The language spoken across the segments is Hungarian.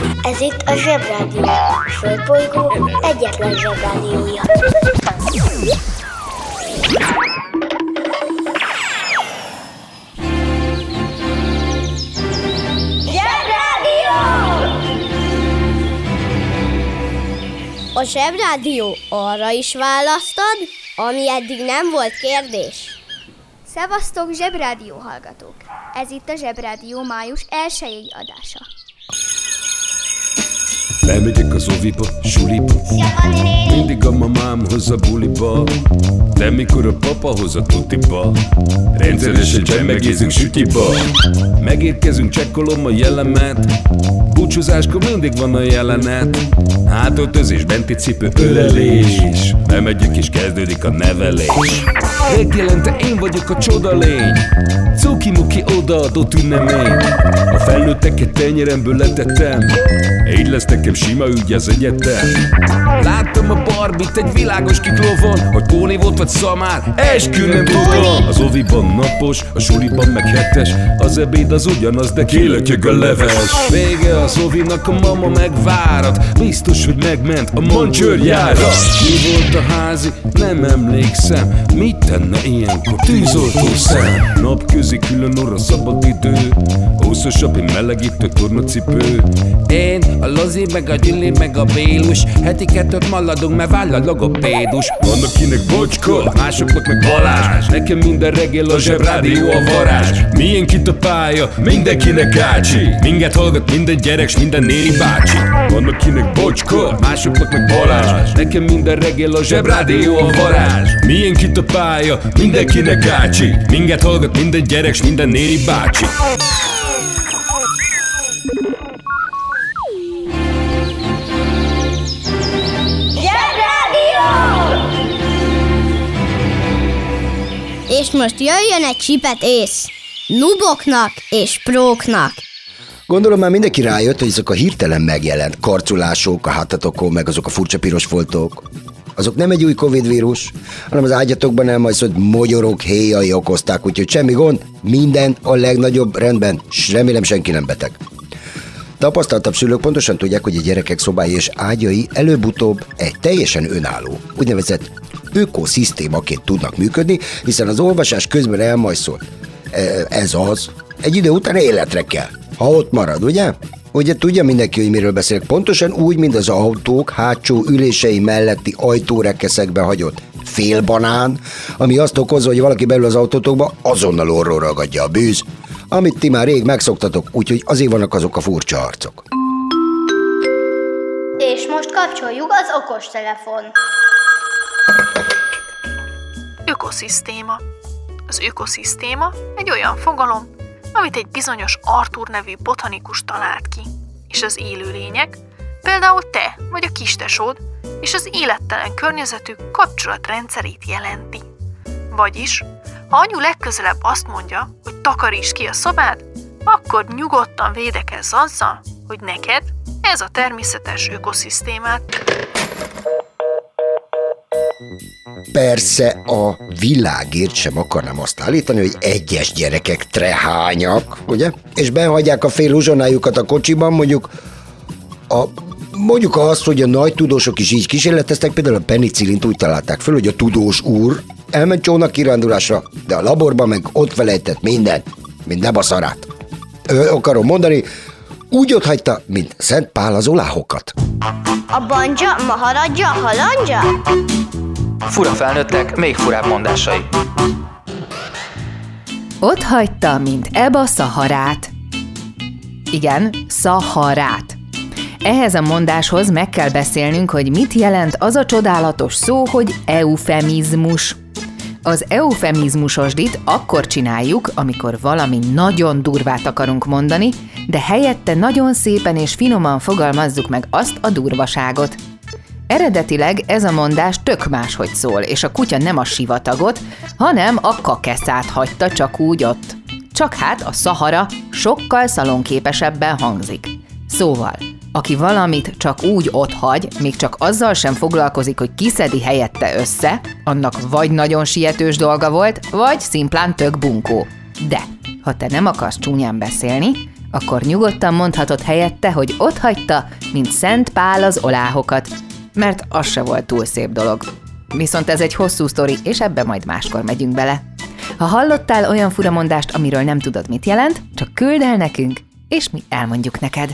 Ez itt a Zsebrádió, a Földbolygó egyetlen Zsebrádiója. Zsebrádió! A Zsebrádió arra is választad, ami eddig nem volt kérdés. Szevasztok, Zsebrádió hallgatók! Ez itt a Zsebrádió május 1-i adása. Bemegyek az oviba, suliba, mindig a mamám hoz a buliba, de mikor a papa hoz a tutiba, rendszeresen csemmegézünk sütiba. Megérkezünk, csekkolom a jellemet, búcsúzáskor mindig van a jelenet, hátöltözés, benti cipő, ölelés, bemegyek és kezdődik a nevelés. Megjelente én vagyok a csodalény, cuki-muki odaadott ünnemény, a felnőtteket tenyeremből letettem, így lesz nekem sima ügy az egyetem. Láttam a Barbit egy világos kiklovon, hogy Póni volt vagy szamár, eskü nem tudom. Az oviban napos, a suliban meg hetes, az ebéd az ugyanaz, de kilötyög a leves. Vége az ovinak, a mama megvárat, biztos, hogy megment a mancsőrjára. Mi volt a házi? Nem emlékszem, mit tenne ilyenkor tűzoltó szem? Napközi külön orra szabad idő, húszosabb, én melegítő tornacipő. Én, a Lozi, meg a Gyüli, meg a Bélus, heti kettőt maladunk, mert váll a logopédus. Van akinek Bocska, másoknak meg Balázs, nekem minden reggel a Zsebrádió a varázs. Miénk itt a pálya, mindenkinek ácsi, minket hallgat minden gyerek s minden néri bácsi. Van akinek Bocska, másoknak meg Balázs, nekem minden reggel a Zsebrádió a varázs. Miénk itt a pálya, mindenkinek ácsi, minket hallgat minden gyerek s minden néri bácsi. És most jöjjön egy csipet ész, nuboknak és próknak. Gondolom már mindenki rájött, hogy ezek a hirtelen megjelent karcolások a hátatokon, meg azok a furcsa piros foltok, azok nem egy új Covid vírus, hanem az ágyatokban elmajszolt mogyorok, héjai okozták, úgyhogy semmi gond, minden a legnagyobb rendben, s remélem senki nem beteg. Tapasztaltabb szülők pontosan tudják, hogy a gyerekek szobái és ágyai előbb-utóbb egy teljesen önálló, úgynevezett ökoszisztémaként tudnak működni, hiszen az olvasás közben elmajszolt. Ez az. Egy idő után életre kell, ha ott marad, ugye? Ugye tudja mindenki, hogy miről beszélek? Pontosan úgy, mint az autók hátsó ülései melletti ajtórekeszekbe hagyott félbanán, ami azt okozza, hogy valaki belül az autótokba azonnal orról ragadja a bűz, amit ti már rég megszoktatok, úgyhogy azért vannak azok a furcsa arcok. És most kapcsoljuk az okostelefon. Ökoszisztéma. Az ökoszisztéma egy olyan fogalom, amit egy bizonyos Arthur nevű botanikus talált ki, és az élőlények, például te vagy a kistesód, és az élettelen környezetük kapcsolatrendszerét jelenti. Vagyis, ha anyu legközelebb azt mondja, hogy takaríts ki a szobád, akkor nyugodtan védekezz azzal, hogy neked ez a természetes ökoszisztémát. Persze a világért sem akarnám azt állítani, hogy egyes gyerekek trehányak, ugye? És benhagyják a fél uzsonájukat a kocsiban, mondjuk azt, hogy a nagy tudósok is így kísérleteztek, például a penicillint úgy találták föl, hogy a tudós úr elment csónak kirándulásra, de a laborban meg ott felejtett mindent, mint nebaszarát. Akarom mondani, úgy ott hagyta, mint Szent Pál az oláhokat. A banja, maharadja, halandja? Fura felnőttek, még furább mondásai. Ott hagyta, mint Eba Szaharát. Igen, Szaharát. Ehhez a mondáshoz meg kell beszélnünk, hogy mit jelent az a csodálatos szó, hogy eufemizmus. Az eufemizmusosdit akkor csináljuk, amikor valami nagyon durvát akarunk mondani, de helyette nagyon szépen és finoman fogalmazzuk meg azt a durvaságot. Eredetileg ez a mondás tök máshogy szól, és a kutya nem a sivatagot, hanem a kakeszát hagyta csak úgy ott. Csak hát a Szahara sokkal szalonképesebben hangzik. Szóval, aki valamit csak úgy ott hagy, még csak azzal sem foglalkozik, hogy kiszedi helyette össze, annak vagy nagyon sietős dolga volt, vagy szimplán tök bunkó. De, ha te nem akarsz csúnyán beszélni, akkor nyugodtan mondhatod helyette, hogy ott hagyta, mint Szent Pál az oláhokat, mert az se volt túl szép dolog. Viszont ez egy hosszú sztori, és ebbe majd máskor megyünk bele. Ha hallottál olyan furamondást, amiről nem tudod, mit jelent, csak küld el nekünk, és mi elmondjuk neked.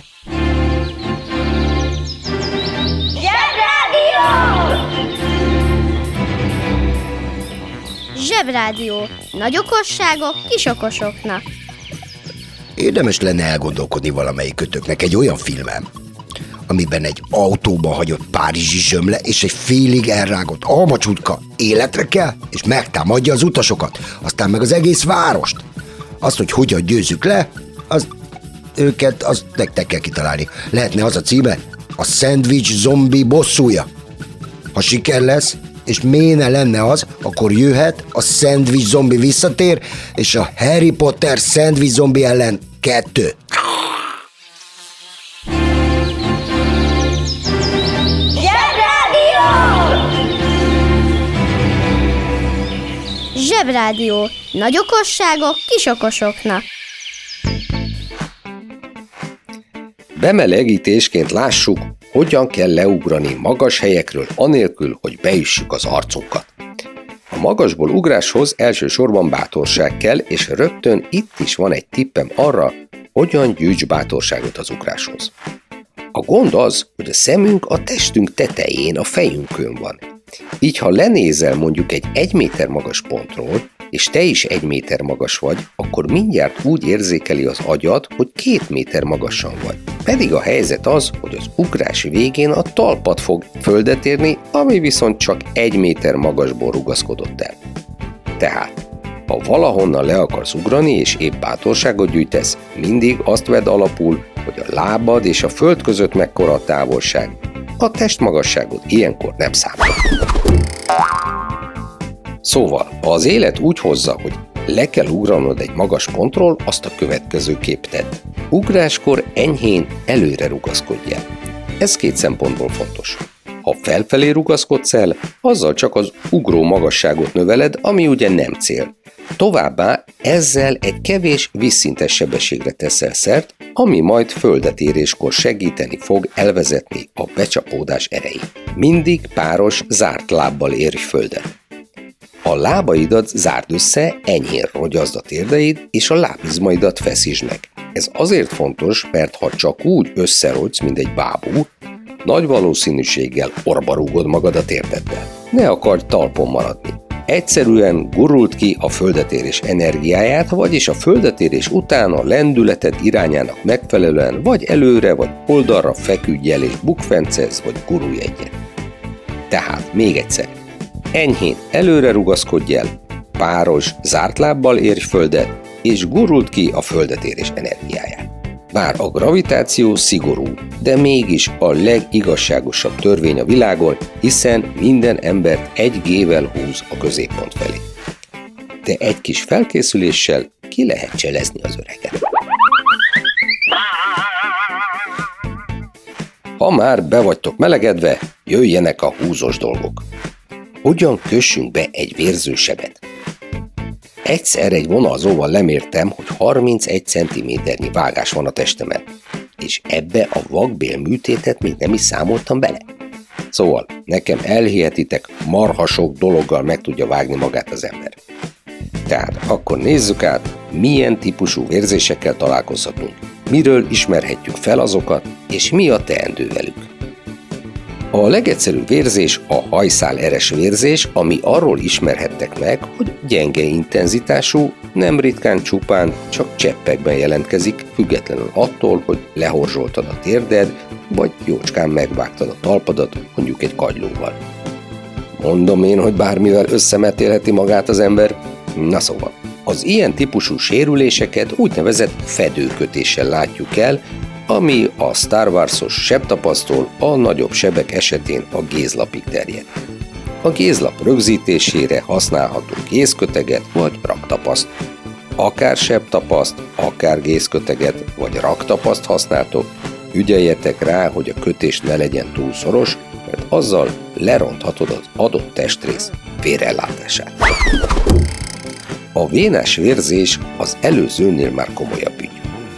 Zsebrádió. Nagy okosságok kis okosoknak. Érdemes lenne elgondolkodni valamelyikőtöknek egy olyan filmem, amiben egy autóba hagyott párizsi zsömle és egy félig elrágott almacsutka életre kell, és megtámadja az utasokat, aztán meg az egész várost. Azt, hogy hogyan győzzük le, azt nektek kell kitalálni. Lehetne az a címe? A Szendvics zombi bosszúja. Ha siker lesz, és méne lenne az, akkor jöhet a Szendvics zombi visszatér, és a Harry Potter Szendvics zombi ellen 2. Zsebrádió. Nagy okosságok kis okosoknak. Bemelegítésként lássuk, hogyan kell leugrani magas helyekről anélkül, hogy beüssük az arcunkat. A magasból ugráshoz elsősorban bátorság kell, és rögtön itt is van egy tippem arra, hogyan gyűjts bátorságot az ugráshoz. A gond az, hogy a szemünk a testünk tetején, a fejünkön van. Így, ha lenézel mondjuk egy 1 méter magas pontról, és te is 1 méter magas vagy, akkor mindjárt úgy érzékeli az agyad, hogy 2 méter magasan vagy. Pedig a helyzet az, hogy az ugrás végén a talpad fog földet érni, ami viszont csak 1 méter magasból rugaszkodott el. Tehát, ha valahonnan le akarsz ugrani és épp bátorságot gyűjtesz, mindig azt vedd alapul, hogy a lábad és a föld között mekkora a távolság. A testmagasságod ilyenkor nem számít. Szóval, ha az élet úgy hozza, hogy le kell ugranod egy magas pontról, azt a következőképp tedd. Ugráskor enyhén előre rugaszkodj el. Ez 2 szempontból fontos. Ha felfelé rugaszkodsz el, azzal csak az ugró magasságot növeled, ami ugye nem cél. Továbbá ezzel egy kevés vízszintes sebességre teszel szert, ami majd földet éréskor segíteni fog elvezetni a becsapódás erejét. Mindig páros, zárt lábbal érj földet. A lábaidat zárd össze, enyhén rogyazd a térdeid, és a lábizmaidat feszítsd meg. Ez azért fontos, mert ha csak úgy összerogysz, mint egy bábú, nagy valószínűséggel orba rúgod magad a térdeddel. Ne akarj talpon maradni. Egyszerűen gurult ki a földetérés energiáját, vagyis a földetérés után a lendületed irányának megfelelően vagy előre, vagy oldalra feküdj el és bukfencezz, vagy gurulj egyet. Tehát még egyszer. Enyhén előre rugaszkodj el, páros, zárt lábbal érj földet, és gurult ki a földetérés energiáját. Bár a gravitáció szigorú, de mégis a legigazságosabb törvény a világon, hiszen minden embert egy G-vel húz a középpont felé. De egy kis felkészüléssel ki lehet cselezni az öreget. Ha már be vagytok melegedve, jöjjenek a húzós dolgok. Hogyan kössünk be egy vérzősebet? Egyszer egy vonalzóval lemértem, hogy 31 cm-nyi vágás van a testemen, és ebbe a vakbél műtétet még nem is számoltam bele. Szóval nekem elhihetitek, marha sok dologgal meg tudja vágni magát az ember. Tehát akkor nézzük át, milyen típusú vérzésekkel találkozhatunk, miről ismerhetjük fel azokat, és mi a teendő velük. A legegyszerűbb vérzés a hajszál-eres vérzés, ami arról ismerhettek meg, hogy gyenge intenzitású, nem ritkán csupán csak cseppekben jelentkezik, függetlenül attól, hogy lehorzsoltad a térded, vagy jócskán megvágtad a talpadat, mondjuk egy kagylóval. Mondom én, hogy bármivel összemetélheti magát az ember. Na szóval, az ilyen típusú sérüléseket úgynevezett fedőkötéssel látjuk el, ami a Star Wars-os sebtapasztól a nagyobb sebek esetén a gézlapig terjed. A gézlap rögzítésére használhatunk gézköteget vagy raktapaszt. Akár sebtapaszt, akár gézköteget vagy raktapaszt használtok, ügyeljetek rá, hogy a kötés ne legyen túl szoros, mert azzal leronthatod az adott testrész vérellátását. A vénás vérzés az előzőnél már komolyabb ügy.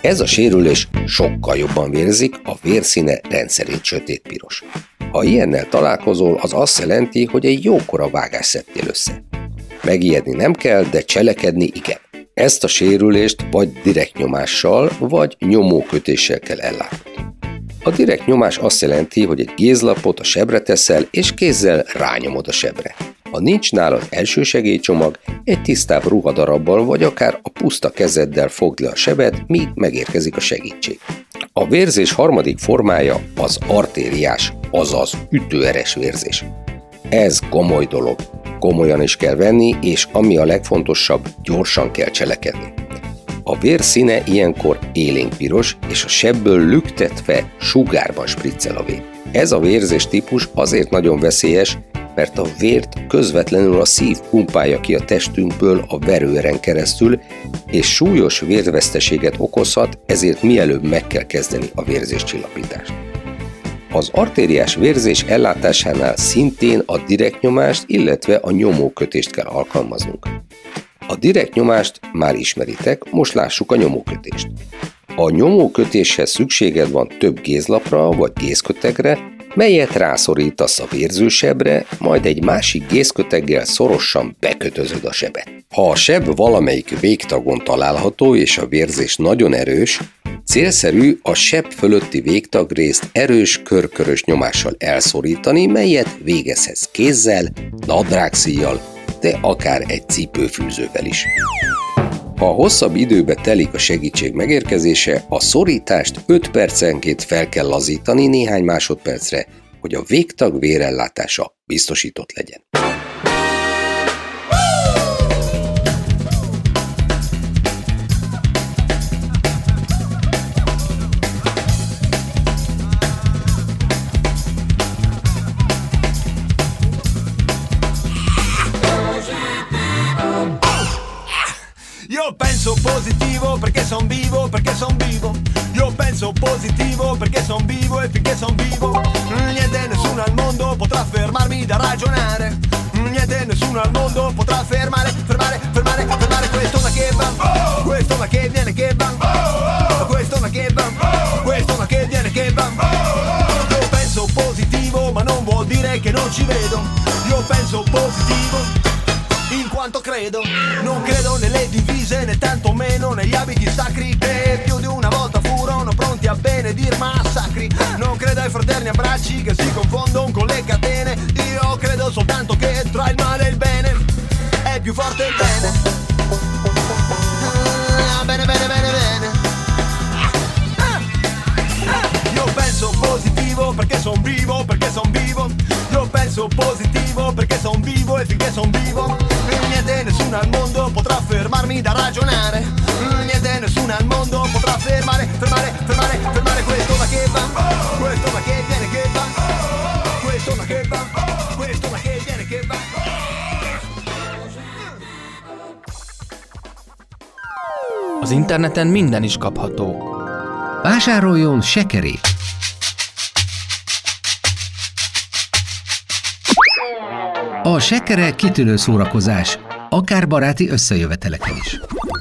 Ez a sérülés sokkal jobban vérzik, a vérszíne rendszerint sötétpiros. Ha ilyennel találkozol, az azt jelenti, hogy egy jókora vágást szedtél össze. Megijedni nem kell, de cselekedni igen. Ezt a sérülést vagy direkt nyomással, vagy nyomókötéssel kell ellátni. A direkt nyomás azt jelenti, hogy egy gézlapot a sebre teszel, és kézzel rányomod a sebre. Ha nincs nálad elsősegélycsomag, egy tisztább ruhadarabbal vagy akár a puszta kezeddel fogd le a sebet, míg megérkezik a segítség. A vérzés harmadik formája az artériás, azaz ütőeres vérzés. Ez komoly dolog. Komolyan is kell venni, és ami a legfontosabb, gyorsan kell cselekedni. A vér színe ilyenkor élénkpiros, és a sebből lüktetve sugárban spriccel a vér. Ez a vérzés típus azért nagyon veszélyes, mert a vért közvetlenül a szív pumpálja ki a testünkből a verőeren keresztül, és súlyos vérveszteséget okozhat, ezért mielőbb meg kell kezdeni a vérzéscsillapítást. Az artériás vérzés ellátásánál szintén a direkt nyomást, illetve a nyomókötést kell alkalmaznunk. A direkt nyomást már ismeritek, most lássuk a nyomókötést. A nyomókötéshez szükséged van több gézlapra vagy gézkötegre, melyet rászorítasz a vérzősebre, majd egy másik gézköteggel szorosan bekötözöd a sebet. Ha a seb valamelyik végtagon található és a vérzés nagyon erős, célszerű a seb fölötti végtagrészt erős körkörös nyomással elszorítani, melyet végezhetsz kézzel, nadrágszíjjal, de akár egy cipőfűzővel is. Ha hosszabb időbe telik a segítség megérkezése, a szorítást 5 percenként fel kell lazítani néhány másodpercre, hogy a végtag vérellátása biztosított legyen. Io penso positivo perché son vivo, perché son vivo. Io penso positivo perché son vivo e finché son vivo niente nessuno al mondo potrà fermarmi da ragionare. Niente nessuno al mondo potrà fermare questo ma che va, questo ma che viene che va, questo ma che va, questo ma che viene che va. Io penso positivo ma non vuol dire che non ci vedo. Io penso positivo in quanto credo, non credo nelle divise né tantomeno negli abiti sacri che più di una volta furono pronti a benedir massacri. Non credo ai fraterni abbracci che si confondono con le catene. Io credo soltanto che tra il male e il bene è più forte il bene. Bene, bene, bene, bene. Io penso positivo perché son vivo, perché son vivo. Io penso positivo perché son vivo e finché son vivo niente nessuno al mondo potrà fermarmi da ragionare. Niente nessuno al mondo potrà fermare questo ma che va, questo ma che viene che va, questo ma che va, questo ma che viene che va. Az interneten minden is kapható. Vásároljon Sekerét! A Sekere kitűnő szórakozás, akár baráti összejöveteleken is.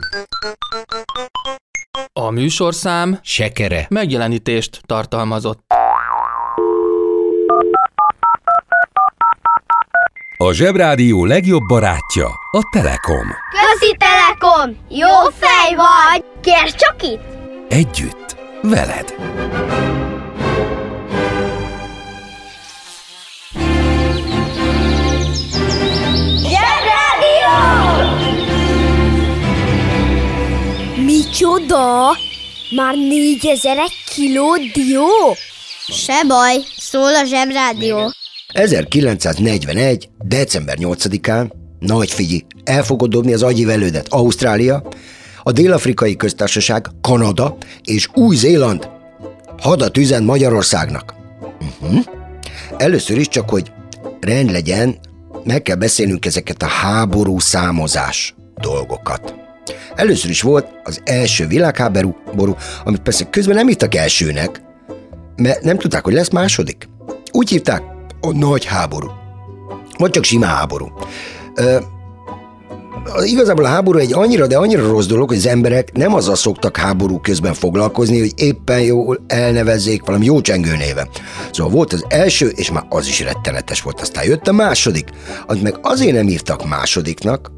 A műsorszám Sekere megjelenítést tartalmazott. A Zsebrádió legjobb barátja a Telekom. Közi Telekom! Jó fej vagy! Kérd csak itt! Együtt, veled! Micsoda? Már 4000 kiló dió? Se baj, szól a Zsebrádió. 1941. december 8-án, nagy figyelj, el fogod dobni az agyivelődet Ausztrália, a Dél-Afrikai Köztársaság, Kanada és Új-Zéland hadat üzent Magyarországnak. Először is csak, hogy rend legyen, meg kell beszélnünk ezeket a háború számozás dolgokat. Először is volt az első világháború, amit persze közben nem hívtak elsőnek, mert nem tudták, hogy lesz második. Úgy hívták, a nagy háború. Vagy csak sima háború. Igazából a háború egy annyira rossz dolog, hogy az emberek nem azzal szoktak háború közben foglalkozni, hogy éppen jól elnevezzék valami jó csengő néven. Szóval volt az első, és már az is rettenetes volt. Aztán jött a második, amit meg azért nem írtak másodiknak,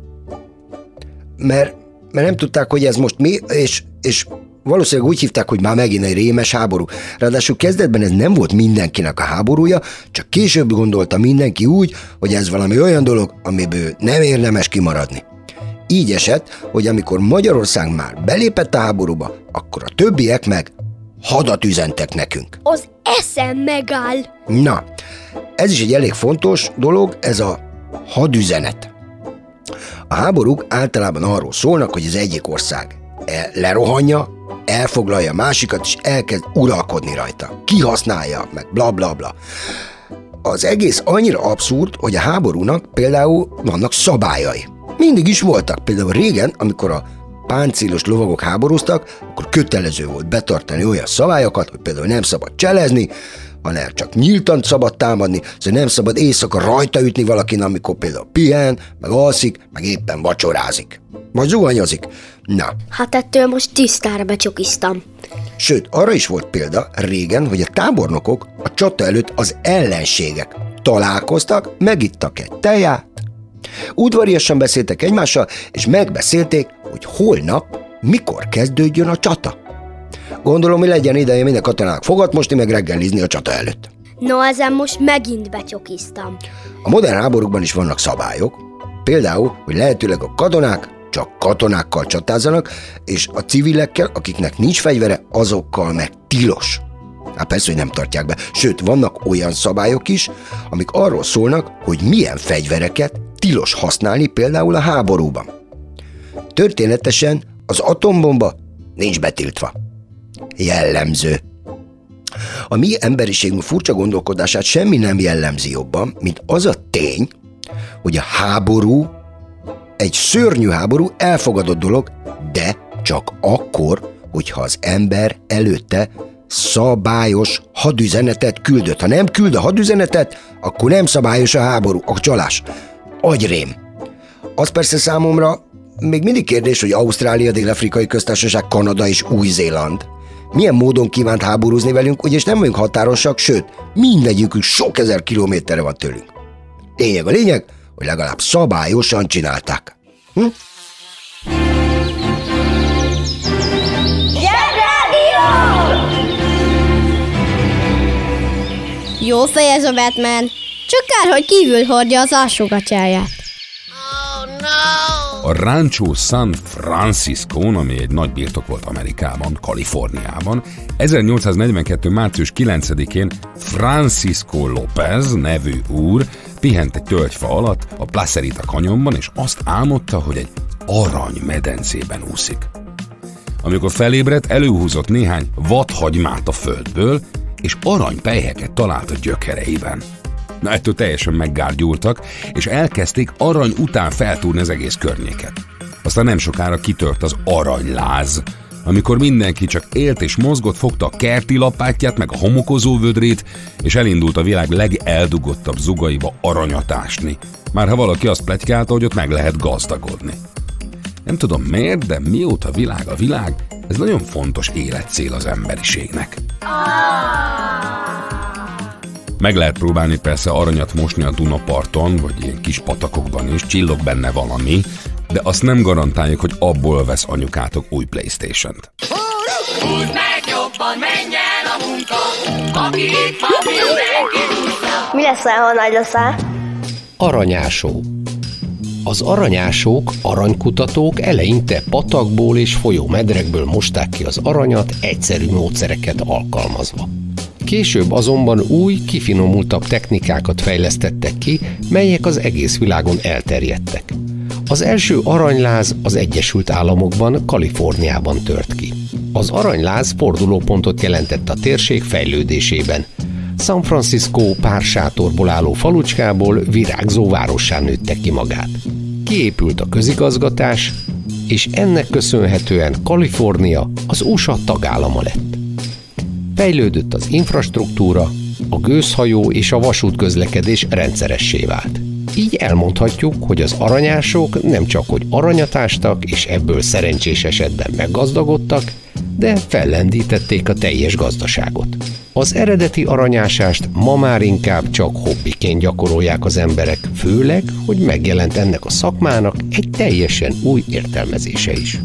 mert nem tudták, hogy ez most mi, és valószínűleg úgy hívták, hogy már megint egy rémes háború. Ráadásul kezdetben ez nem volt mindenkinek a háborúja, csak később gondolta mindenki úgy, hogy ez valami olyan dolog, amiből nem érdemes kimaradni. Így esett, hogy amikor Magyarország már belépett a háborúba, akkor a többiek meg hadat üzentek nekünk. Az eszem megáll. Na, ez is egy elég fontos dolog, ez a hadüzenet. A háborúk általában arról szólnak, hogy az egyik ország lerohanja, elfoglalja a másikat, és elkezd uralkodni rajta. Kihasználja, meg bla bla bla. Az egész annyira abszurd, hogy a háborúnak például vannak szabályai. Mindig is voltak. Például régen, amikor a páncélos lovagok háborúztak, akkor kötelező volt betartani olyan szabályokat, hogy például nem szabad cselezni, hanem csak nyíltan szabad támadni, szóval nem szabad éjszaka rajta ütni valakin, amikor például pihen, meg alszik, meg éppen vacsorázik. Vagy zuhanyozik. Na. Hát ettől most tisztára becsokiztam. Sőt, arra is volt példa régen, hogy a tábornokok a csata előtt az ellenségek találkoztak, megittak egy teját, udvariasan beszéltek egymással, és megbeszélték, hogy holnap mikor kezdődjön a csata. Gondolom, hogy legyen ideje minden katonának fogat mosni, meg reggelizni a csata előtt. No, ezen most megint becsokiztam. A modern háborúkban is vannak szabályok, például, hogy lehetőleg a katonák csak katonákkal csatázzanak, és a civilekkel, akiknek nincs fegyvere, azokkal meg tilos. Hát persze, hogy nem tartják be. Sőt, vannak olyan szabályok is, amik arról szólnak, hogy milyen fegyvereket tilos használni például a háborúban. Történetesen az atombomba nincs betiltva. Jellemző. A mi emberiségünk furcsa gondolkodását semmi nem jellemzi jobban, mint az a tény, hogy a háború, egy szörnyű háború elfogadott dolog, de csak akkor, hogyha az ember előtte szabályos hadüzenetet küldött. Ha nem küld a hadüzenetet, akkor nem szabályos a háború, a csalás. Agyrém. Az persze számomra még mindig kérdés, hogy Ausztrália, Dél-Afrikai Köztársaság, Kanada és Új-Zéland milyen módon kívánt háborúzni velünk, ugyanis nem vagyunk határosak, sőt, mindegyikük sok ezer kilométerre van tőlünk. Lényeg a lényeg, hogy legalább szabályosan csinálták. Jó fej ez a Batman, csak kár, hogy kívül hordja az alsógatyáját. A Rancho San Franciscón, ami egy nagy birtok volt Amerikában, Kaliforniában, 1842. március 9-én Francisco López nevű úr pihent egy tölgyfa alatt a Placerita kanyonban, és azt álmodta, hogy egy aranymedencében úszik. Amikor felébredt, előhúzott néhány vadhagymát a földből, és aranypelyheket talált a gyökereiben. Na, ettől teljesen meggárgyultak, és elkezdték arany után feltúrni az egész környéket. Aztán nem sokára kitört az aranyláz, amikor mindenki csak élt és mozgott, fogta a kerti lapátját, meg a homokozó vödrét, és elindult a világ legeldugottabb zugaiba aranyat ásni. Már ha valaki azt pletykálta, hogy ott meg lehet gazdagodni. Nem tudom miért, de mióta világ a világ, ez nagyon fontos életcél az emberiségnek. Meg lehet próbálni persze aranyat mosni a Dunaparton, vagy ilyen kis patakokban is, csillog benne valami, de azt nem garantáljuk, hogy abból vesz anyukátok új PlayStation-t. Húzd meg jobban, menj el a munka, aki itt van, mindenki húzza. Mi leszel, ha nagy leszel? Aranyásó. Az aranyásók, aranykutatók eleinte patakból és folyómedrekből mosták ki az aranyat egyszerű módszereket alkalmazva. Később azonban új, kifinomultabb technikákat fejlesztettek ki, melyek az egész világon elterjedtek. Az első aranyláz az Egyesült Államokban, Kaliforniában tört ki. Az aranyláz fordulópontot jelentett a térség fejlődésében. San Francisco pár sátorból álló falucskából virágzó várossá nőtte ki magát. Kiépült a közigazgatás, és ennek köszönhetően Kalifornia az USA tagállama lett. Fejlődött az infrastruktúra, a gőzhajó és a vasútközlekedés rendszeressé vált. Így elmondhatjuk, hogy az aranyások nem csak hogy aranyat ástak, és ebből szerencsés esetben meggazdagodtak, de fellendítették a teljes gazdaságot. Az eredeti aranyásást ma már inkább csak hobbiként gyakorolják az emberek, főleg, hogy megjelent ennek a szakmának egy teljesen új értelmezése is.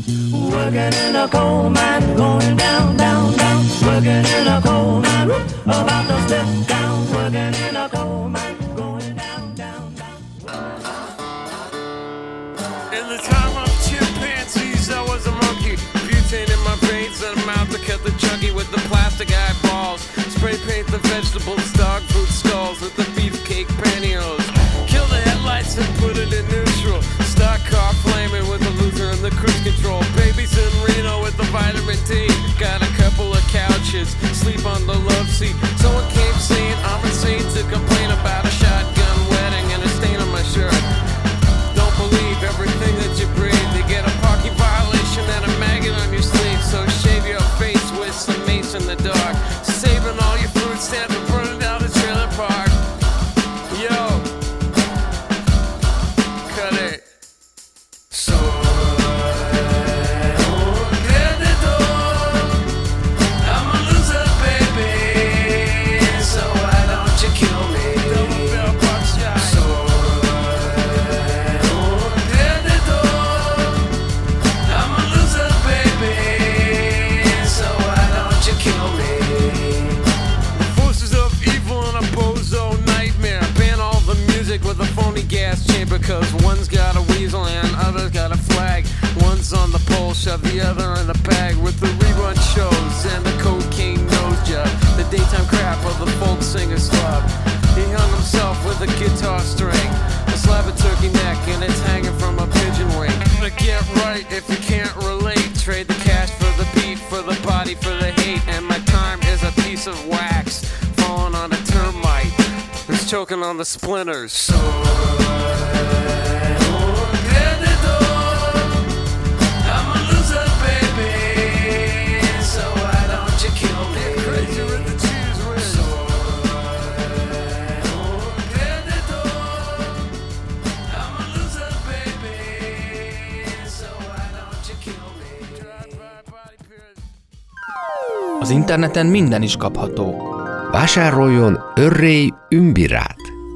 The chuggy with the plastic eyeballs. Spray paint the vegetables, dog food skulls with the beefcake pantyhose. Kill the headlights and put it in neutral. Stock car flaming with the Luther and the cruise control. Babies in Reno with the vitamin D. Got a couple of couches, sleep on the love seat. Someone came saying I'm insane to complain about a shotgun wedding and a stain on my shirt. Don't believe everything that you breathe. You get a parking violation and a maggot on your sleeve. So shave your face with some mace in the dark. Saving all your food stamps and burning down the trailer park. Yo, cut it. So I'm a loser, baby. So why don't you kill me? So I'm a loser, baby. So why don't you kill me? Forces of evil and a bozo nightmare. Ban all the music with a phony gas chamber, cause one's got a weasel and other's got a flag. One's on the pole, shove the other in the bag with the rerun shows and the cocaine nose job. The daytime crap of the folk singer slob. He hung himself with a guitar string, a slab of turkey neck, and it's hanging from a pigeon wing. But get right if you can't relate. Trade the cash for the beat, for the body, for the hate. And my time is a piece of wax falling on a termite who's choking on the splinters. So I'm a loser, baby. So why don't you kill me? Get crazy with the cheese whiz. So I'm a loser, baby. So why don't you kill me? Az interneten minden is kapható. Vásároljon Örrély Ümbirát!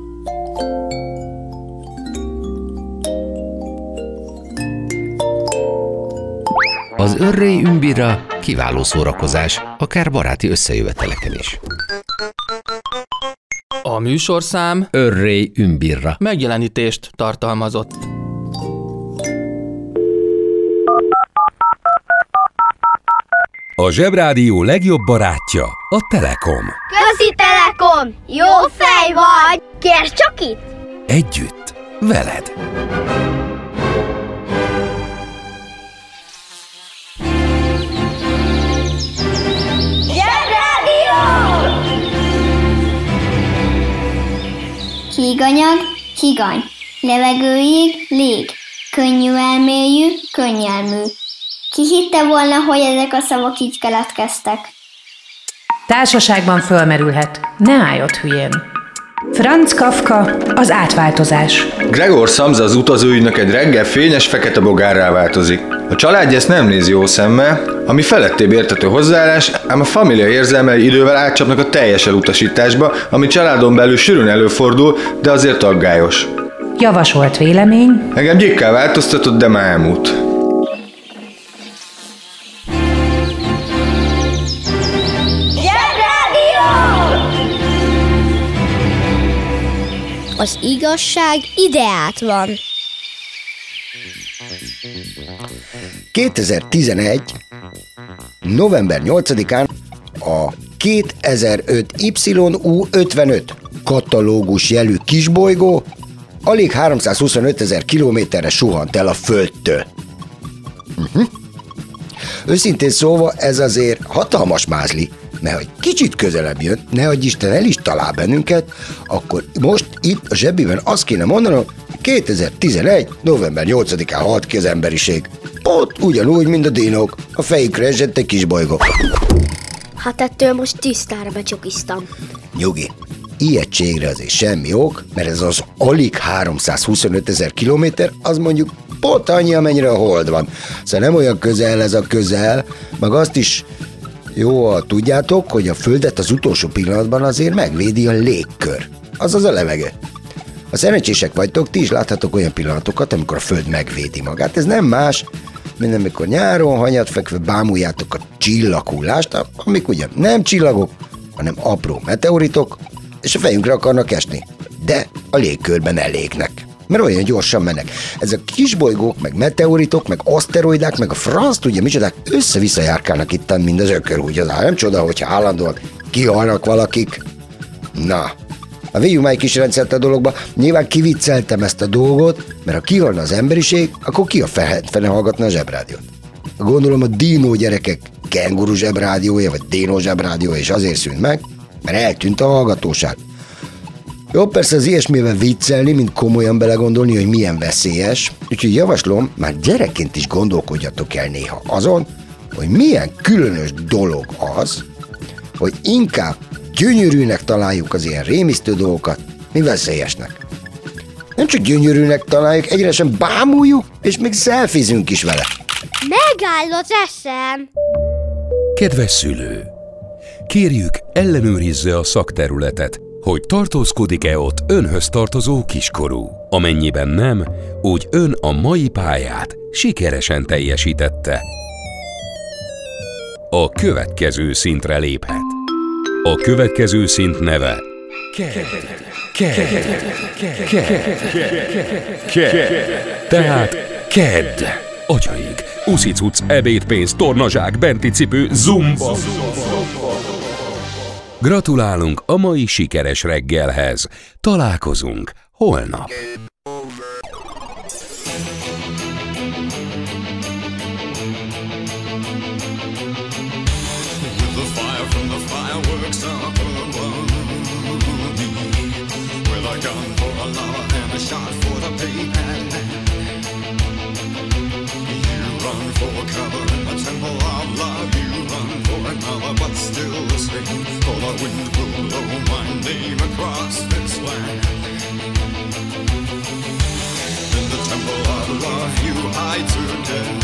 Az Örrély Ümbira kiváló szórakozás, akár baráti összejöveteleken is. A műsorszám Örrély Ümbirra megjelenítést tartalmazott. A Zsebrádió legjobb barátja a Telekom. Közi Telekom! Jó fej vagy! Kérd csak itt! Együtt, veled. Zsebrádió! Híganyag, higany. Levegőjég, lég. Könnyű elmélyű, könnyelmű. Ki hitte volna, hogy ezek a szavak így keletkeztek? Társaságban fölmerülhet. Ne állj ott hülyén. Franz Kafka, az átváltozás. Gregor Samsa az utazóügynök egy reggel fényes fekete bogárrá változik. A családja ezt nem nézi jó szemmel, ami felettébb értető hozzáállás, ám a família érzelmei idővel átcsapnak a teljes elutasításba, ami családon belül sűrűn előfordul, de azért aggályos. Javasolt vélemény. Engem gyikká változtatott, de már elmúlt. Az igazság ideát van. 2011. november 8-án a 2005 YU-55 katalógus jelű kisbolygó alig 325 000 kilométerre suhant el a Földtől. Őszintén szóval ez azért hatalmas mázli, mert hogy kicsit közelebb jön, nehogy Isten el is talál bennünket, akkor most itt a zsebiben azt kéne mondanom, 2011. november 8-án halt ki az emberiség. Pont ugyanúgy, mint a dinók, a fejükre esett egy kisbolygó. Hát ettől most tisztára becsokiztam. Nyugi, ijegységre azért semmi ok, mert ez az alig 325 000 kilométer, az mondjuk pont annyi, amennyire a Hold van. Szóval nem olyan közel ez a közel, meg azt is jó, tudjátok, hogy a Földet az utolsó pillanatban azért megvédi a légkör. Azaz a levegő. Ha szerencsések vagytok, ti is láthatok olyan pillanatokat, amikor a Föld megvédi magát. Ez nem más, mint amikor nyáron hanyatfekve bámuljátok a csillaghullást, amik ugye nem csillagok, hanem apró meteoritok, és a fejünkre akarnak esni. De a légkörben elégnek, mert olyan gyorsan mennek. Ezek a kisbolygók, meg meteoritok, meg aszteroidák, meg a franc tudja micsodák össze-vissza járkálnak ittan, mint az ökör, úgy az nem csoda, hogyha állandóan kihalnak valakik. Na, a vigyünk már egy kis rendszert a dologba. Nyilván kivicceltem ezt a dolgot, mert ha kihalna az emberiség, akkor ki a fene hallgatna a Zsebrádiót. Gondolom a dinó gyerekek kenguru Zsebrádiója, vagy dinó Zsebrádiója is azért szűnt meg, mert eltűnt a hallgatóság. Jó, persze az ilyesmivel viccelni, mint komolyan belegondolni, hogy milyen veszélyes, úgyhogy javaslom, már gyerekként is gondolkodjatok el néha azon, hogy milyen különös dolog az, hogy inkább gyönyörűnek találjuk az ilyen rémisztő dolgokat, mint veszélyesnek. Nem csak gyönyörűnek találjuk, egyre sem bámuljuk, és még szelfizünk is vele. Megáll az eszem! Kedves szülő! Kérjük, ellenőrizze a szakterületet, hogy tartózkodik-e ott önhöz tartozó kiskorú. Amennyiben nem, úgy ön a mai pályát sikeresen teljesítette. A következő szintre léphet. A következő szint neve Tehát KED. Atyaik, uszicuc, ebédpénz, tornazsák, benti cipő, zumba. Gratulálunk a mai sikeres reggelhez. Találkozunk holnap. But still the same, for the wind will blow my name across this land. In the temple of love you hide today.